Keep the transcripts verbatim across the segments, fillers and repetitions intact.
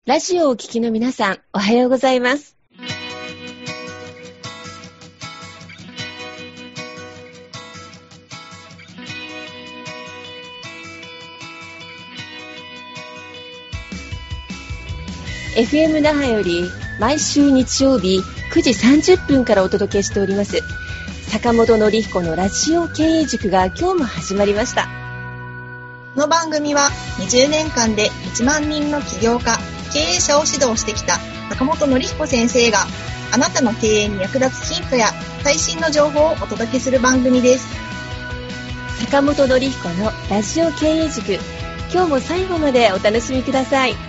ラジオをお聞きの皆さん、おはようございます。エフエム 那覇より毎週日曜日くじさんじゅっぷんからお届けしております坂本典彦のラジオ経営塾が今日も始まりました。 この番組はにじゅうねんかんでいちまんにんの起業家、経営者を指導してきた坂本典彦先生があなたの経営に役立つヒントや最新の情報をお届けする番組です。 坂本典彦のラジオ経営塾、今日も最後までお楽しみください。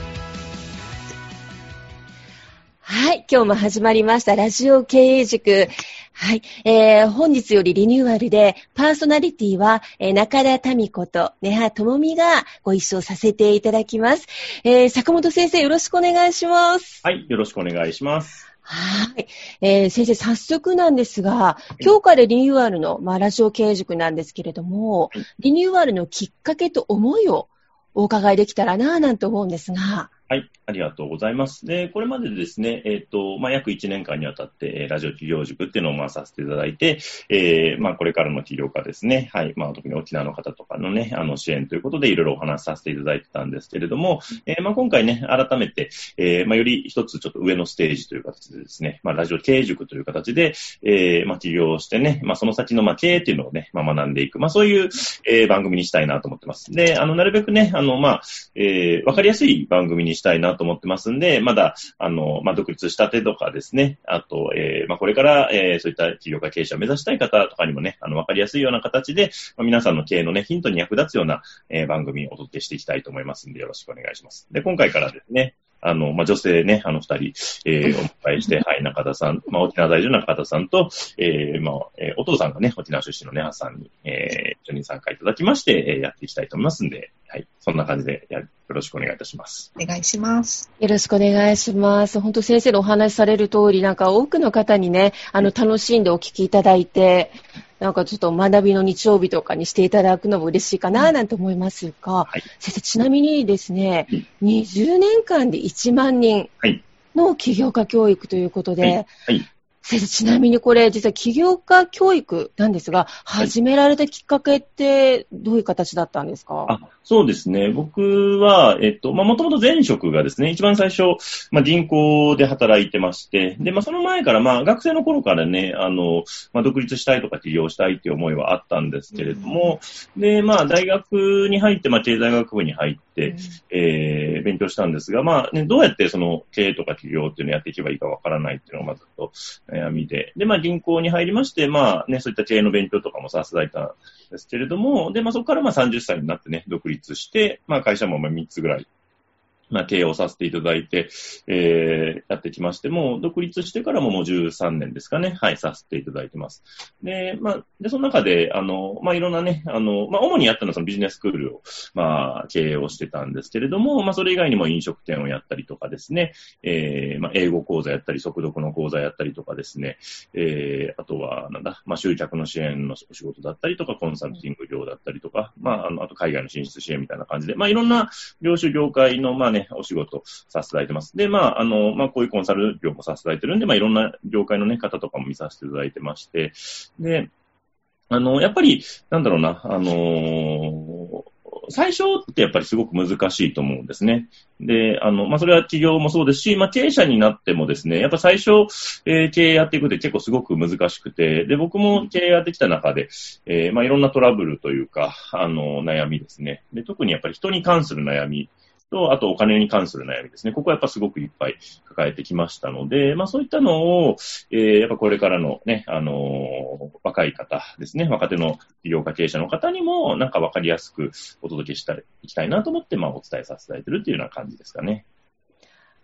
はい、今日も始まりましたラジオ経営塾。はい、えー、本日よりリニューアルでパーソナリティは、えー、中田民子と根葉智美がご一緒させていただきます。えー、坂本先生、よろしくお願いします。 はい、よろしくお願いします。 はい、えー、先生、早速なんですが、今日からリニューアルの、まあ、ラジオ経営塾なんですけれども、はい、リニューアルのきっかけと思いをお伺いできたらなぁなんて思うんですが。 はい、ありがとうございます。で、これまでですね、えっと、まあ、約いちねんかんにわたって、えー、ラジオ企業塾っていうのを、まあ、させていただいて、えー、まあ、これからの起業家ですね、はい、まあ、特に沖縄の方とかのね、あの、支援ということで、いろいろお話しさせていただいてたんですけれども、えー、まあ、今回ね、改めて、えー、まあ、より一つちょっと上のステージという形でですね、まあ、ラジオ経営塾という形で、えー、まあ、起業してね、まあ、その先の、まあ、経営っていうのをね、まあ、学んでいく、まあ、そういう、えー、番組にしたいなと思ってます。で、あの、なるべくね、あの、まあ、えー、わかりやすい番組にしたいなと思ってます。ますんで、まだ、あの、まあ、独立したてとかですね、あと、えー、まあ、これから、えー、そういった企業家経営者を目指したい方とかにもね、あの、わかりやすいような形で、まあ、皆さんの経営のね、ヒントに役立つような、えー、番組をお届けしていきたいと思いますんで、よろしくお願いします。で、今回からですね、あの、まあ、女性ね、あの、二人、えー、お迎えして、はい、中田さん、まあ、沖縄在住の中田さんと、えー、まあ、えー、お父さんがね、沖縄出身の根葉さんに、えー、一緒に参加いただきまして、えー、やっていきたいと思いますんで、はい、そんな感じでや、よろしくお願いいたします。 お願いします。 よろしくお願いします。本当先生のお話しされる通り、なんか多くの方にね、あの、楽しんでお聞きいただいて、なんかちょっと学びの日曜日とかにしていただくのも嬉しいかななんて思いますが、はい、先生、ちなみにですね、にじゅうねんかんでいちまんにんの起業家教育ということで、はいはい、先生、ちなみにこれ実は起業家教育なんですが、始められたきっかけってどういう形だったんですか？ あ、そうですね。僕は、えっと、まあ、もともと前職がですね、一番最初、まあ、銀行で働いてまして、で、まあ、その前から、まあ、学生の頃からね、あの、まあ、独立したいとか起業したいっていう思いはあったんですけれども、うん、で、まあ、大学に入って、まあ、経済学部に入って、うん、えー、勉強したんですが、まあ、ね、どうやってその経営とか起業っていうのをやっていけばいいかわからないっていうのがまずと悩みで、で、まあ、銀行に入りまして、まあ、ね、そういった経営の勉強とかもさせていただいたんですけれども、で、まあ、そこからまあさんじゅっさいになってね、独立して、まあ会社もまあみっつぐらい、まあ経営をさせていただいて、えー、やってきまして、もう独立してからももうじゅうさんねんですかね、はい、させていただいてます。で、まあ、で、その中で、あの、まあいろんなね、あの、まあ主にやったのはそのビジネススクールを、まあ経営をしてたんですけれども、まあそれ以外にも飲食店をやったりとかですね、えー、まあ英語講座やったり、速読の講座やったりとかですね、えー、あとは、なんだ、まあ集客の支援のお仕事だったりとか、コンサルティング業だったりとか、まあ、あの、あと海外の進出支援みたいな感じで、まあいろんな業種業界の、まあね、お仕事させていただいてます。で、まあ、あの、まあ、こういうコンサル業もさせていただいてるんで、まあ、いろんな業界のね、方とかも見させていただいてまして、で、あの、やっぱり、なんだろうな、あのー、最初ってやっぱりすごく難しいと思うんですね。で、あの、まあ、それは企業もそうですし、まあ、経営者になってもですね、やっぱ最初、えー、経営やっていくって結構すごく難しくて、で、僕も経営やってきた中で、えー、まあ、いろんなトラブルというか、あの、悩みですね。で、特にやっぱり人に関する悩み、と、あとお金に関する悩みですね。ここはやっぱすごくいっぱい抱えてきましたので、まあそういったのを、えー、やっぱこれからのね、あのー、若い方ですね、若手の起業家経営者の方にもなんかわかりやすくお届けしたいきたいなと思って、まあお伝えさせていただいているというような感じですかね。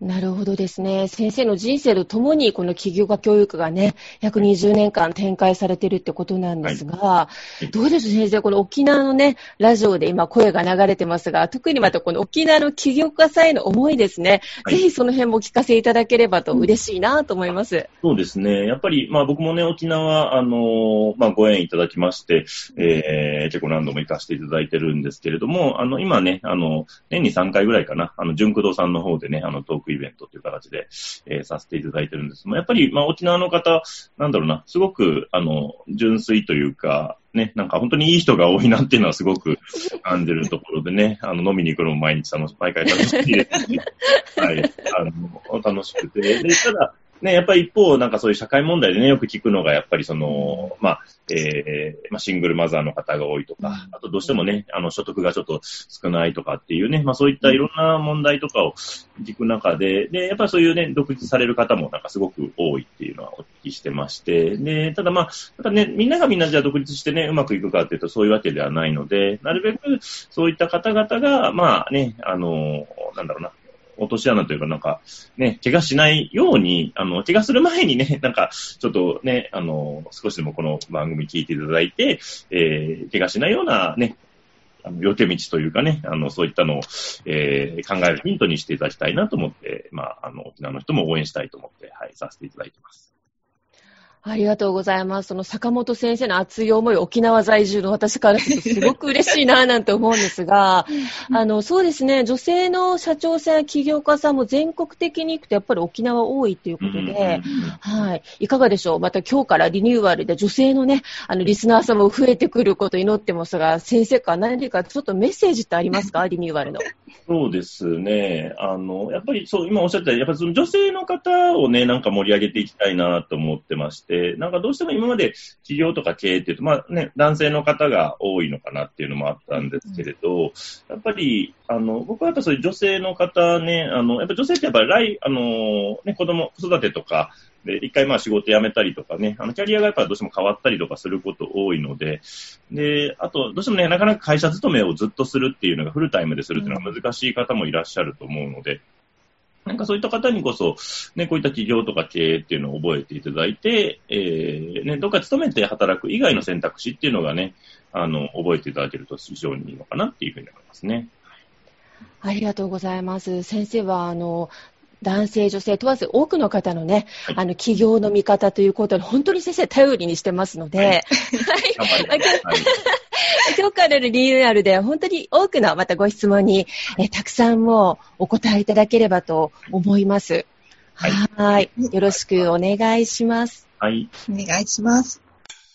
なるほどですね。先生の人生とともにこの起業家教育がね、約にじゅうねんかん展開されているってことなんですが、はい、どうです先生、この沖縄のね、ラジオで今声が流れてますが、特にまたこの沖縄の起業家さんへの思いですね、はい、ぜひその辺もお聞かせいただければと嬉しいなと思います。 そうですね。やっぱり、まあ僕もね、沖縄、あの、まあご縁いただきまして、えー、結構何度も行かせていただいてるんですけれども、あの、今ね、あの、年にさんかいぐらいかな、あの、純駆動さんの方でね、あの、トークイベントという形で、えー、させていただいてるんですが、やっぱり、まあ、沖縄の方、なんだろうな、すごく、あの、純粋というか、ね、なんか本当にいい人が多いなっていうのはすごく感じるところでね、あの、飲みに行くのも毎日楽し、毎回楽しいですし、はい、あの、楽しくて、で、ただ、ね、やっぱり一方、なんかそういう社会問題でね、よく聞くのが、やっぱりその、まあ、えー、まあ、シングルマザーの方が多いとか、あとどうしてもね、あの、所得がちょっと少ないとかっていうね、まあそういったいろんな問題とかを聞く中で、で、やっぱりそういうね、独立される方もなんかすごく多いっていうのはお聞きしてまして、で、ただまあ、ただね、みんながみんなじゃあ独立してね、うまくいくかっていうとそういうわけではないので、なるべくそういった方々が、まあね、あの、なんだろうな、落とし穴というかなんか、ね、怪我しないように、あの、怪我する前にね、なんか、ちょっとね、あの、少しでもこの番組聞いていただいて、えー、怪我しないようなね、あの、避け道というかね、あの、そういったのを、えー、考えるヒントにしていただきたいなと思って、まあ、あの、沖縄の人も応援したいと思って、はい、させていただいてます。 ありがとうございます。その坂本先生の熱い思い、沖縄在住の私からするとすごく嬉しいななんて思うんですが、あの、そうですね、女性の社長さんや起業家さんも全国的に行くとやっぱり沖縄多いということで、はい。いかがでしょう？また今日からリニューアルで女性のね、あの、リスナーさんも増えてくることを祈ってますが、先生から何かちょっとメッセージってありますか？リニューアルの。 そうですね。あの、やっぱりそう、今おっしゃったように、やっぱりその女性の方をね、なんか盛り上げていきたいなと思ってまして、なんかどうしても今まで企業とか経営っていうと、まあね、男性の方が多いのかなっていうのもあったんですけれど、やっぱり、あの、僕はやっぱそういう女性の方ね、あの、やっぱ女性ってやっぱり来、あの、ね、子供、子育てとか、で、一回まあ仕事辞めたりとかね、あの、キャリアがやっぱりどうしても変わったりとかすること多いので、で、あと、どうしてもね、なかなか会社勤めをずっとするっていうのがフルタイムでするっていうのは難しい方もいらっしゃると思うので、なんかそういった方にこそ、ね、こういった企業とか経営っていうのを覚えていただいて、えー、ね、どっか勤めて働く以外の選択肢っていうのがね、あの、覚えていただけると非常にいいのかなっていうふうに思いますね。 ありがとうございます。先生は、あの、男性、女性問わず多くの方のね、はい、あの、企業の見方ということで、本当に先生頼りにしてますので、はい。はいはい今日からのリニューアルで本当に多くのまたご質問に、えたくさんもうお答えいただければと思います。はい。はいよろしくお願いします。 はい。 お願いします。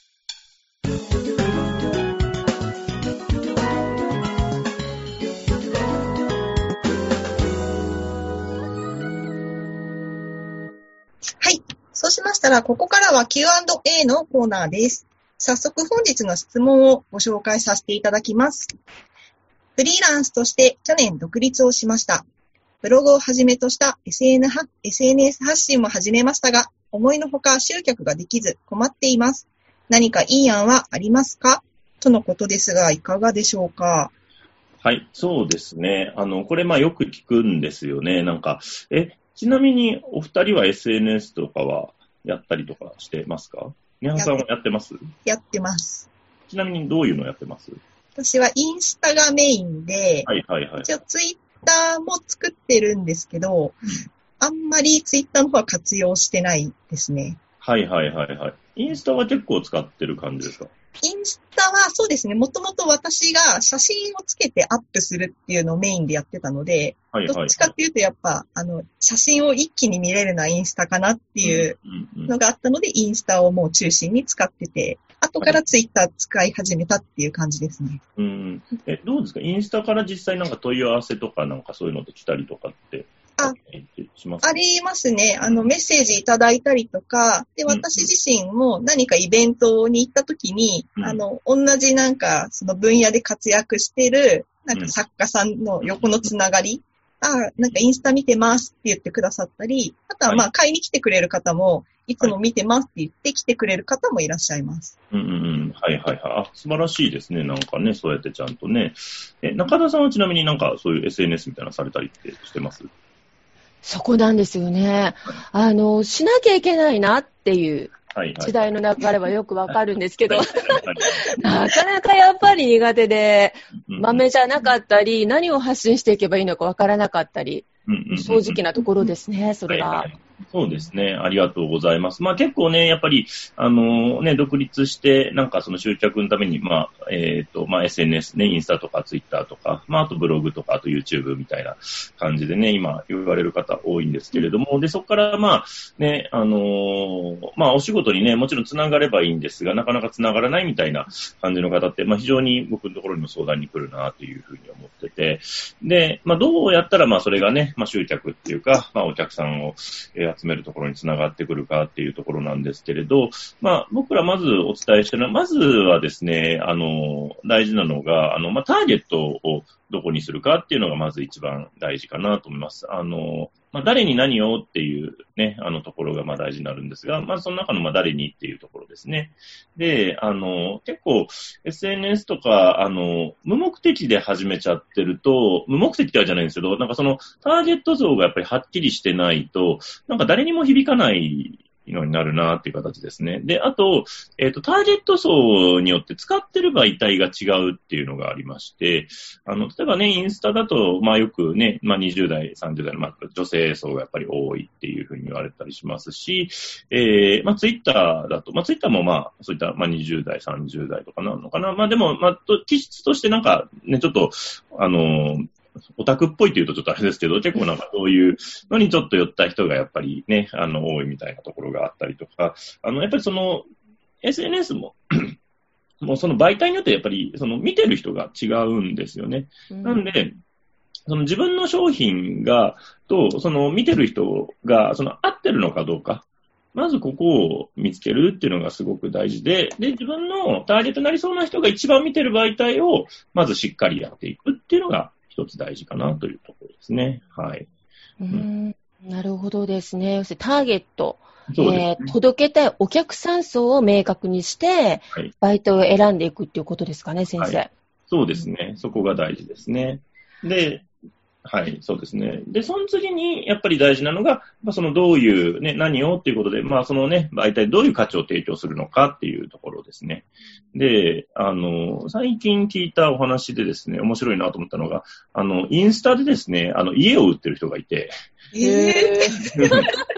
はい。そうしましたら、ここからは キューアンドエー のコーナーです。早速本日の質問をご紹介させていただきます。フリーランスとして去年独立をしました。ブログをはじめとした エスエヌエス 発信も始めましたが、思いのほか集客ができず困っています。何かいい案はありますか？とのことですが、いかがでしょうか？ はい、そうですね。あの、これまあよく聞くんですよね。なんか、え、ちなみにお二人は エスエヌエス とかはやったりとかしてますか？宮原さんはやってます？ やってます。 ちなみにどういうのやってます？ 私はインスタがメインで、 はいはいはい。 一応ツイッターも作ってるんですけど、あんまりツイッターの方は活用してないですね。 はいはいはいはい。インスタは結構使ってる感じですか？ インスタはそうですね、もともと私が写真をつけてアップするっていうのをメインでやってたので、はいはいはい、どっちかっていうとやっぱ、あの、写真を一気に見れるのはインスタかなっていうのがあったので、インスタをもう中心に使ってて、後からツイッター使い始めたっていう感じですね。 うん。え、どうですか？インスタから実際なんか問い合わせとかなんかそういうのって来たりとかって。 あ、ありますね。あの、メッセージいただいたりとか、で、私自身も何かイベントに行った時に、うん、あの、同じなんか、その分野で活躍してる、なんか作家さんの横のつながり、うん、あ、なんかインスタ見てますって言ってくださったり、あとはまあ、買いに来てくれる方も、いつも見てますって言って来てくれる方もいらっしゃいます。 うんうんうん。はいはいはい。あ、素晴らしいですね。なんかね、そうやってちゃんとね。え、中田さんはちなみになんかそういう エスエヌエス みたいなのされたりってしてます？ そこなんですよね。あの、しなきゃいけないなっていう時代の流れはよくわかるんですけど、なかなかやっぱり苦手で、豆じゃなかったり、何を発信していけばいいのかわからなかったり、正直なところですね、それが。はいはい、 そうですね。ありがとうございます。まあ結構ね、やっぱり、あのね、独立して、なんかその集客のために、まあ、えっと、まあ エスエヌエス ね、インスタとかツイッターとか、まああとブログとか、あと YouTube みたいな感じでね、今言われる方多いんですけれども、で、そこからまあ、ね、あのー、まあお仕事にね、もちろん繋がればいいんですが、なかなか繋がらないみたいな感じの方って、まあ非常に僕のところにも相談に来るなというふうに思ってて、で、まあどうやったらまあそれがね、まあ集客っていうか、まあお客さんを、えー集めるところにつながってくるかっていうところなんですけれど、まあ僕らまずお伝えしてるのは、まずはですね、あの、大事なのが、あの、まあターゲットをどこにするかっていうのがまず一番大事かなと思います。あの、まあ誰に何をっていうね、あのところがまあ大事になるんですが、まずその中のまあ誰にっていうところですね。で、あの、結構 エスエヌエス とか、あの、無目的で始めちゃってると、無目的ではじゃないんですけど、なんかそのターゲット像がやっぱりはっきりしてないと、なんか誰にも響かないのになるなっていう形ですね。で、あと、えっと、ターゲット層によって使ってる媒体が違うっていうのがありまして、あの、例えばね、インスタだと、まあよくね、まあにじゅう代、さんじゅう代の、まあ女性層がやっぱり多いっていうふうに言われたりしますし、えー、まあツイッターだと、まあツイッターもまあそういった、まあにじゅう代、さんじゅう代とかなのかな。まあでも、まあ、気質としてなんかね、ちょっと、あの、オタクっぽいって言うとちょっとあれですけど、結構なんかそういうのにちょっと寄った人がやっぱりね、あの、多いみたいなところがあったりとか、あの、やっぱりその、エスエヌエス も、もうその媒体によってやっぱり、その見てる人が違うんですよね。うん、なんで、その自分の商品が、と、その見てる人が、その合ってるのかどうか。まずここを見つけるっていうのがすごく大事で、で、自分のターゲットになりそうな人が一番見てる媒体を、まずしっかりやっていくっていうのが、一つ大事かなというところですね。はい。 うーん、なるほどですね。要するにターゲット、 そうですね、 えー、届けたいお客さん層を明確にして、はい、媒体を選んでいくっていうことですかね、先生。はい、 そうですね。そこが大事ですね。で、はい、そうですね。で、その次に、やっぱり大事なのが、まあ、そのどういうね、何をっていうことで、まあ、そのね、媒体どういう価値を提供するのかっていうところですね。で、あの、最近聞いたお話でですね、面白いなと思ったのが、あの、インスタでですね、あの、家を売ってる人がいて、 えー、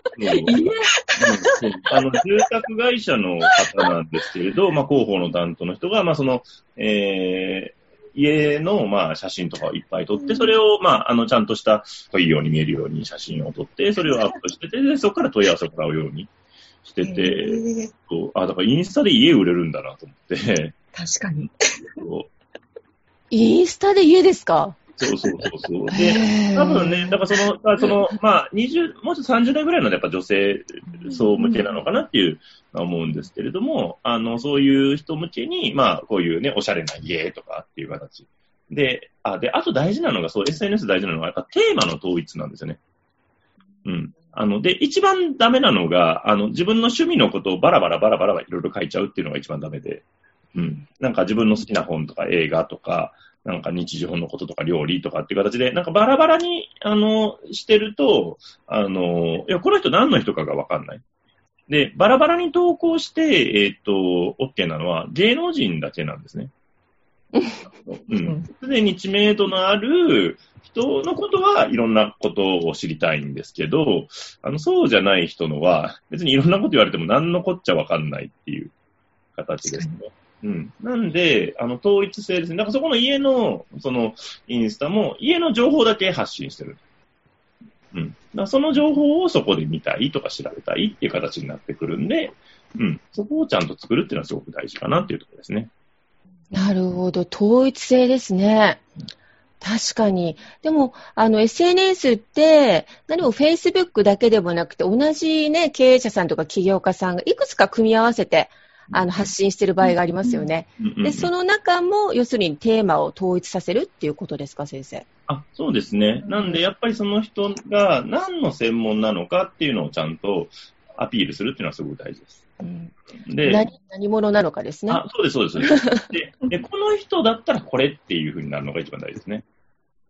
あの、住宅会社の方なんですけれど、まあ、広報の担当の人が、まあ、その、えー、家の、まあ、写真とかをいっぱい撮って、それを、まあ、あの、ちゃんとしたいいように見えるように写真を撮って、それをアップしてて、でそこから問い合わせをもらうようにしてて、あ、だからインスタで家売れるんだなと思って。 確かに。 インスタで家ですか？ そうそうそうそう。で、多分ね、だからその、その、まあ、にじゅう、もうちょっとさんじゅう代ぐらいのやっぱ女性層向けなのかなっていうのは思うんですけれども、あの、そういう人向けに、まあ、こういうね、おしゃれな家とかっていう形。で、あ、で、あと大事なのが、そう、エスエヌエス 大事なのは、やっぱテーマの統一なんですよね。うん。あの、で、一番ダメなのが、あの、自分の趣味のことをバラバラバラバラいろいろ書いちゃうっていうのが一番ダメで。うん。なんか自分の好きな本とか映画とか、なんか日常のこととか料理とかっていう形で、なんかバラバラに、あの、してると、あの、いや、この人何の人かがわかんない。で、バラバラに投稿して、えっと、OK なのは芸能人だけなんですね。うん。すでに知名度のある人のことはいろんなことを知りたいんですけど、あの、そうじゃない人のは、別にいろんなこと言われても何のこっちゃわかんないっていう形ですね。うん。なんで、あの、統一性ですね。だからそこの家の、その、インスタも、家の情報だけ発信してる。うん。だからその情報をそこで見たいとか調べたいっていう形になってくるんで、うん。そこをちゃんと作るっていうのはすごく大事かなっていうところですね。 なるほど。統一性ですね。確かに。でも、あの、エスエヌエスって、何も Facebook だけでもなくて、同じね、経営者さんとか起業家さんがいくつか組み合わせて、あの、発信してる場合がありますよね。で、その中も、要するにテーマを統一させるっていうことですか、先生。 あ、そうですね。なんで、やっぱりその人が何の専門なのかっていうのをちゃんとアピールするっていうのはすごく大事です。 うん、で何、何者なのかですね。 あ、そうです、そうです。でで、この人だったらこれっていう風になるのが一番大事ですね。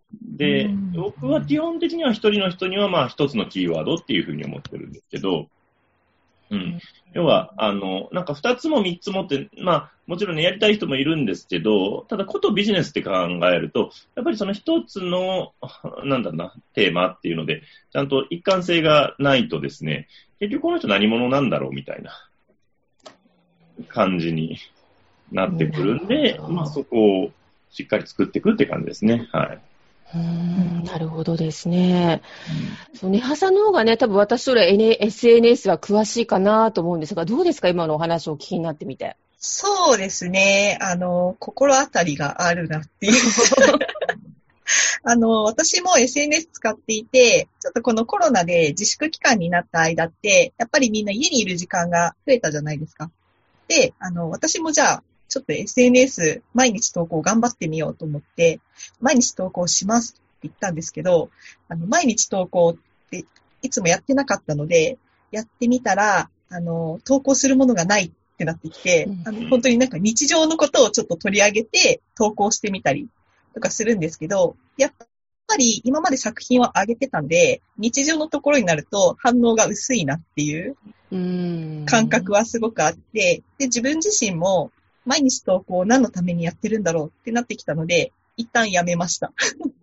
で、僕は基本的には一人の人にはまあ一つのキーワードっていうふうに思ってるんですけど、うん。要は、あの、なんか二つも三つもって、まあ、もちろんね、やりたい人もいるんですけど、ただ、ことビジネスって考えると、やっぱりその一つの、なんだろうな、テーマっていうので、ちゃんと一貫性がないとですね、結局この人何者なんだろうみたいな感じになってくるんで、まあ、そこをしっかり作っていくって感じですね。はい。 うーん、なるほどですね。うん、そう、ネハさんの方がね、多分私より エスエヌエス は詳しいかなと思うんですが、どうですか、今のお話をお聞きになってみて。 そうですね。あの、心当たりがあるなっていう。あの、私も エスエヌエス 使っていて、ちょっとこのコロナで自粛期間になった間って、やっぱりみんな家にいる時間が増えたじゃないですか。で、あの、私もじゃあ、ちょっと エスエヌエス 毎日投稿頑張ってみようと思って、毎日投稿しますって言ったんですけど、あの、毎日投稿っていつもやってなかったので、やってみたら、あの、投稿するものがないってなってきて、あの、本当になんか日常のことをちょっと取り上げて投稿してみたりとかするんですけど、やっぱり今まで作品を上げてたんで、日常のところになると反応が薄いなっていう感覚はすごくあって、で、自分自身も毎日投稿を何のためにやってるんだろうってなってきたので、一旦やめました。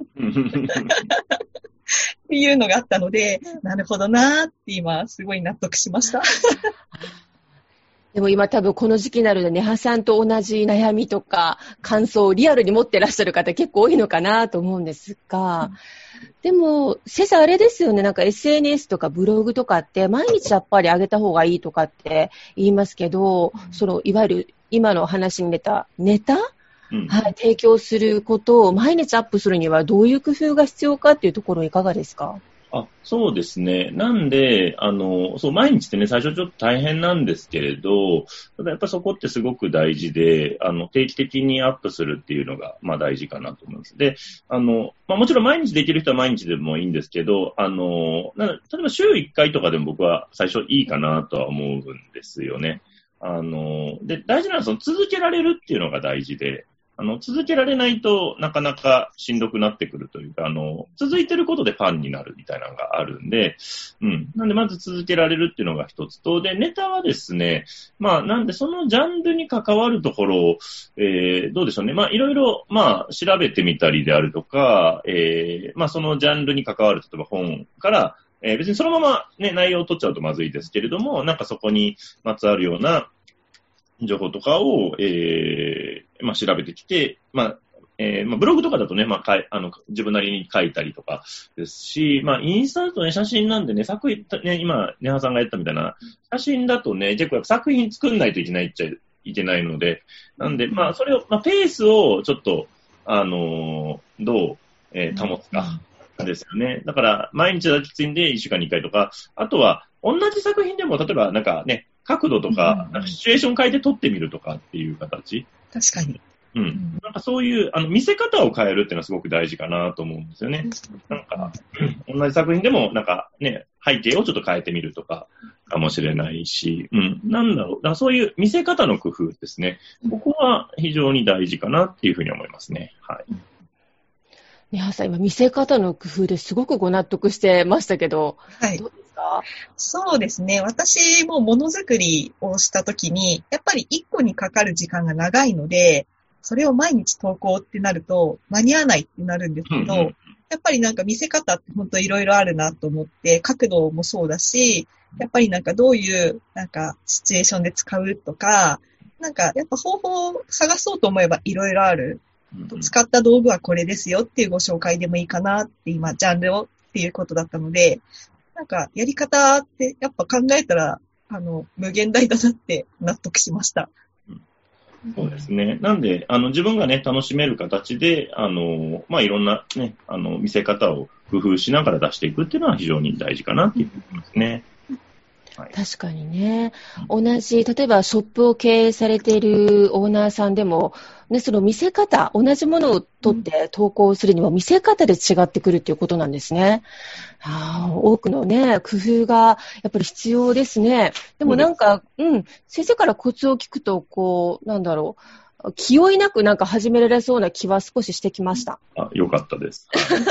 っていうのがあったので、なるほどなーって今すごい納得しました。 でも今多分この時期になるので、ネハさんと同じ悩みとか感想をリアルに持ってらっしゃる方結構多いのかなと思うんですが、うん、でも先生あれですよね、なんか エスエヌエス とかブログとかって毎日やっぱり上げた方がいいとかって言いますけど、うん、そのいわゆる今の話に出たネタ、うんはい、提供することを毎日アップするにはどういう工夫が必要かっていうところいかがですか？ あ、そうですね。なんで、あの、そう、毎日ってね、最初ちょっと大変なんですけれど、ただやっぱそこってすごく大事で、あの、定期的にアップするっていうのが、まあ大事かなと思います。で、あの、まあもちろん毎日できる人は毎日でもいいんですけど、あの、な例えば週いっかいとかでも僕は最初いいかなとは思うんですよね。あの、で、大事なのはその続けられるっていうのが大事で、あの、続けられないとなかなかしんどくなってくるというか、あの、続いてることでファンになるみたいなのがあるんで、うん。なんでまず続けられるっていうのが一つと、で、ネタはですね、まあ、なんでそのジャンルに関わるところを、えー、どうでしょうね。まあ、いろいろ、まあ、調べてみたりであるとか、えー、まあ、そのジャンルに関わる、例えば本から、えー、別にそのままね、内容を取っちゃうとまずいですけれども、なんかそこにまつわるような、情報とかを、えー、まあ、調べてきて、まあ、えー、まあ、ブログとかだとね、まあ、かい、あの、自分なりに書いたりとかですし、まあ、インスタだとね、写真なんでね、作品、ね、今、ネハさんがやったみたいな、写真だとね、結構作品作んないといけないっちゃいけないので、なんで、まあ、それを、まあ、ペースをちょっと、あのー、どう、えー、保つか。ですよね。だから、毎日だけきついんで、いっしゅうかんにいっかいとか、あとは、同じ作品でも、例えば、なんかね、角度とか、なんかシチュエーション変えて撮ってみるとかっていう形。 確かに。 うん。なんかそういう、あの、見せ方を変えるっていうのはすごく大事かなと思うんですよね。なんか、同じ作品でも、なんかね、背景をちょっと変えてみるとか、かもしれないし、うん。なんだろう。だからそういう見せ方の工夫ですね。ここは非常に大事かなっていうふうに思いますね。はい。 ネハさん、今、見せ方の工夫ですごくご納得してましたけど、はい。どうですか？ そうですね。私もものづくりをしたときに、やっぱりいっこにかかる時間が長いので、それを毎日投稿ってなると間に合わないってなるんですけど、うんうん、やっぱりなんか見せ方って本当いろいろあるなと思って、角度もそうだし、やっぱりなんかどういうなんかシチュエーションで使うとか、なんかやっぱ方法を探そうと思えばいろいろある。使った道具はこれですよっていうご紹介でもいいかなって今、ジャンルをっていうことだったので、なんかやり方ってやっぱ考えたら、あの、無限大だなって納得しました。 そうですね。なんで、あの、自分がね、楽しめる形で、あの、まあ、いろんなね、あの、見せ方を工夫しながら出していくっていうのは非常に大事かなっていうふうに思いますね。 はい、確かにね。同じ、例えばショップを経営されているオーナーさんでも、ね、その見せ方、同じものを取って投稿するには見せ方で違ってくるっていうことなんですね。あ、多くのね、工夫がやっぱり必要ですね。でもなんか、うん、先生からコツを聞くと、こう、なんだろう、 気負いなくなんか始められそうな気は少ししてきました。 あ、よかったです。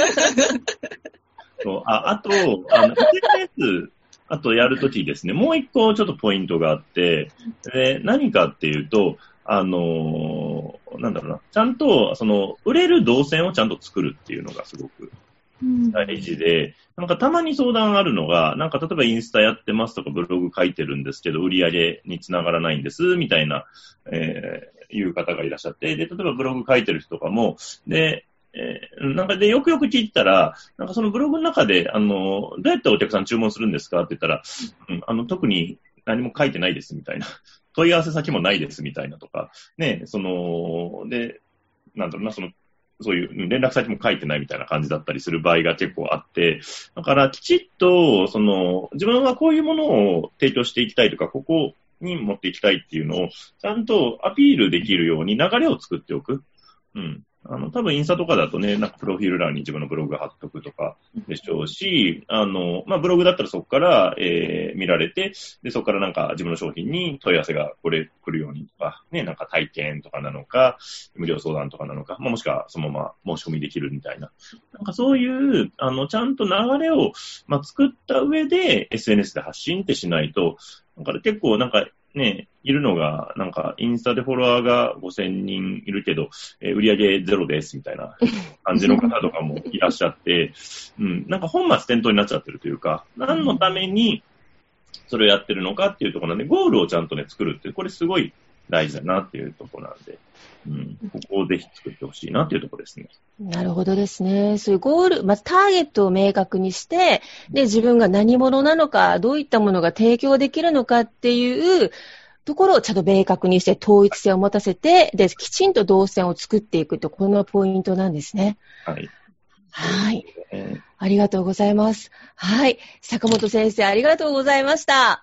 そうああと、あの、エスエヌエス、あとやるときですね、もう一個ちょっとポイントがあって、で何かっていうと、あのー、なんだろうな、ちゃんと、その、売れる動線をちゃんと作るっていうのがすごく大事で、うん、なんかたまに相談あるのが、なんか例えばインスタやってますとかブログ書いてるんですけど、売り上げにつながらないんです、みたいな、えー、いう方がいらっしゃって、で、例えばブログ書いてる人とかも、で、えー、なんかで、よくよく聞いたら、なんかそのブログの中で、あの、どうやってお客さん注文するんですかって言ったら、うん、あの、特に何も書いてないです、みたいな。問い合わせ先もないです、みたいなとか、ね、その、で、なんだろうな、その、そういう連絡先も書いてないみたいな感じだったりする場合が結構あって、だからきちっと、その、自分はこういうものを提供していきたいとか、ここに持っていきたいっていうのを、ちゃんとアピールできるように流れを作っておく。うん。あの、多分インスタとかだとね、なんかプロフィール欄に自分のブログ貼っとくとかでしょうし、あの、まあ、ブログだったらそこから、えー、見られて、で、そこからなんか自分の商品に問い合わせがこれ来るようにとか、ね、なんか体験とかなのか、無料相談とかなのか、まあ、もしくはそのまま申し込みできるみたいな。なんかそういう、あの、ちゃんと流れを、まあ、作った上で エスエヌエス で発信ってしないと、だから結構なんか、ね、いるのが、なんか、インスタでフォロワーがごせんにんいるけど、えー、売り上げゼロです、みたいな感じの方とかもいらっしゃって、うん、なんか本末転倒になっちゃってるというか、何のためにそれをやってるのかっていうところなんで、ゴールをちゃんとね、作るって、これすごい大事だなっていうところなんで、うん、ここをぜひ作ってほしいなっていうところですね。 なるほどですね。そういうゴール、まずターゲットを明確にして、で、自分が何者なのか、どういったものが提供できるのかっていうところをちゃんと明確にして統一性を持たせて、で、きちんと動線を作っていくと、このポイントなんですね。 はい。 はい。ありがとうございます。はい。坂本先生、ありがとうございました。 はい、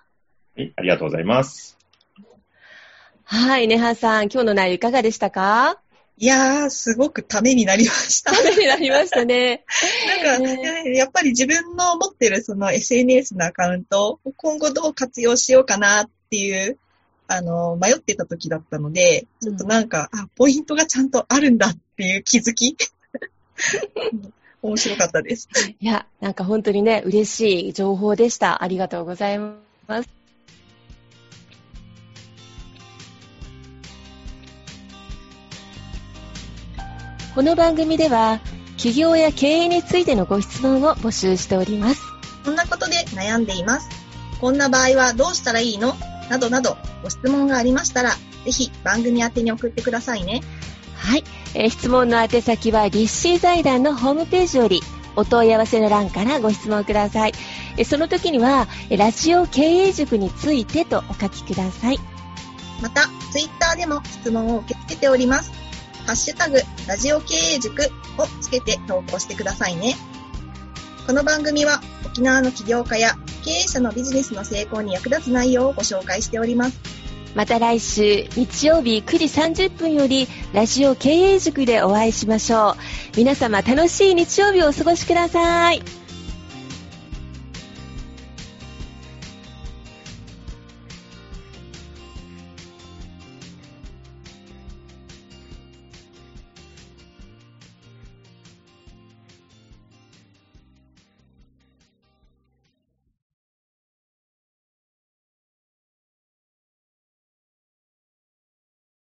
ありがとうございます。 はい、ねはさん、今日の内容いかがでしたか？ いやー、すごくためになりました。 ためになりましたね。 なんか、ね、やっぱり自分の持ってるその エスエヌエス のアカウントを今後どう活用しようかなっていう、あの、迷ってた時だったので、ちょっとなんか、うん、あ、ポイントがちゃんとあるんだっていう気づき。面白かったです。 いや、なんか本当にね、嬉しい情報でした。ありがとうございます。この番組では起業や経営についてのご質問を募集しております。 こんなことで悩んでいます。こんな場合はどうしたらいいの？などなどご質問がありましたら、ぜひ番組宛てに送ってくださいね。 はい、えー、質問の宛先は立志財団のホームページよりお問い合わせの欄からご質問ください。えー、その時にはラジオ経営塾についてとお書きください。 またツイッターでも質問を受け付けております。ハッシュタグラジオ経営塾をつけて投稿してくださいね。この番組は沖縄の起業家や経営者のビジネスの成功に役立つ内容をご紹介しております。 また来週日曜日くじさんじゅっぷんよりラジオ経営塾でお会いしましょう。皆様楽しい日曜日をお過ごしください。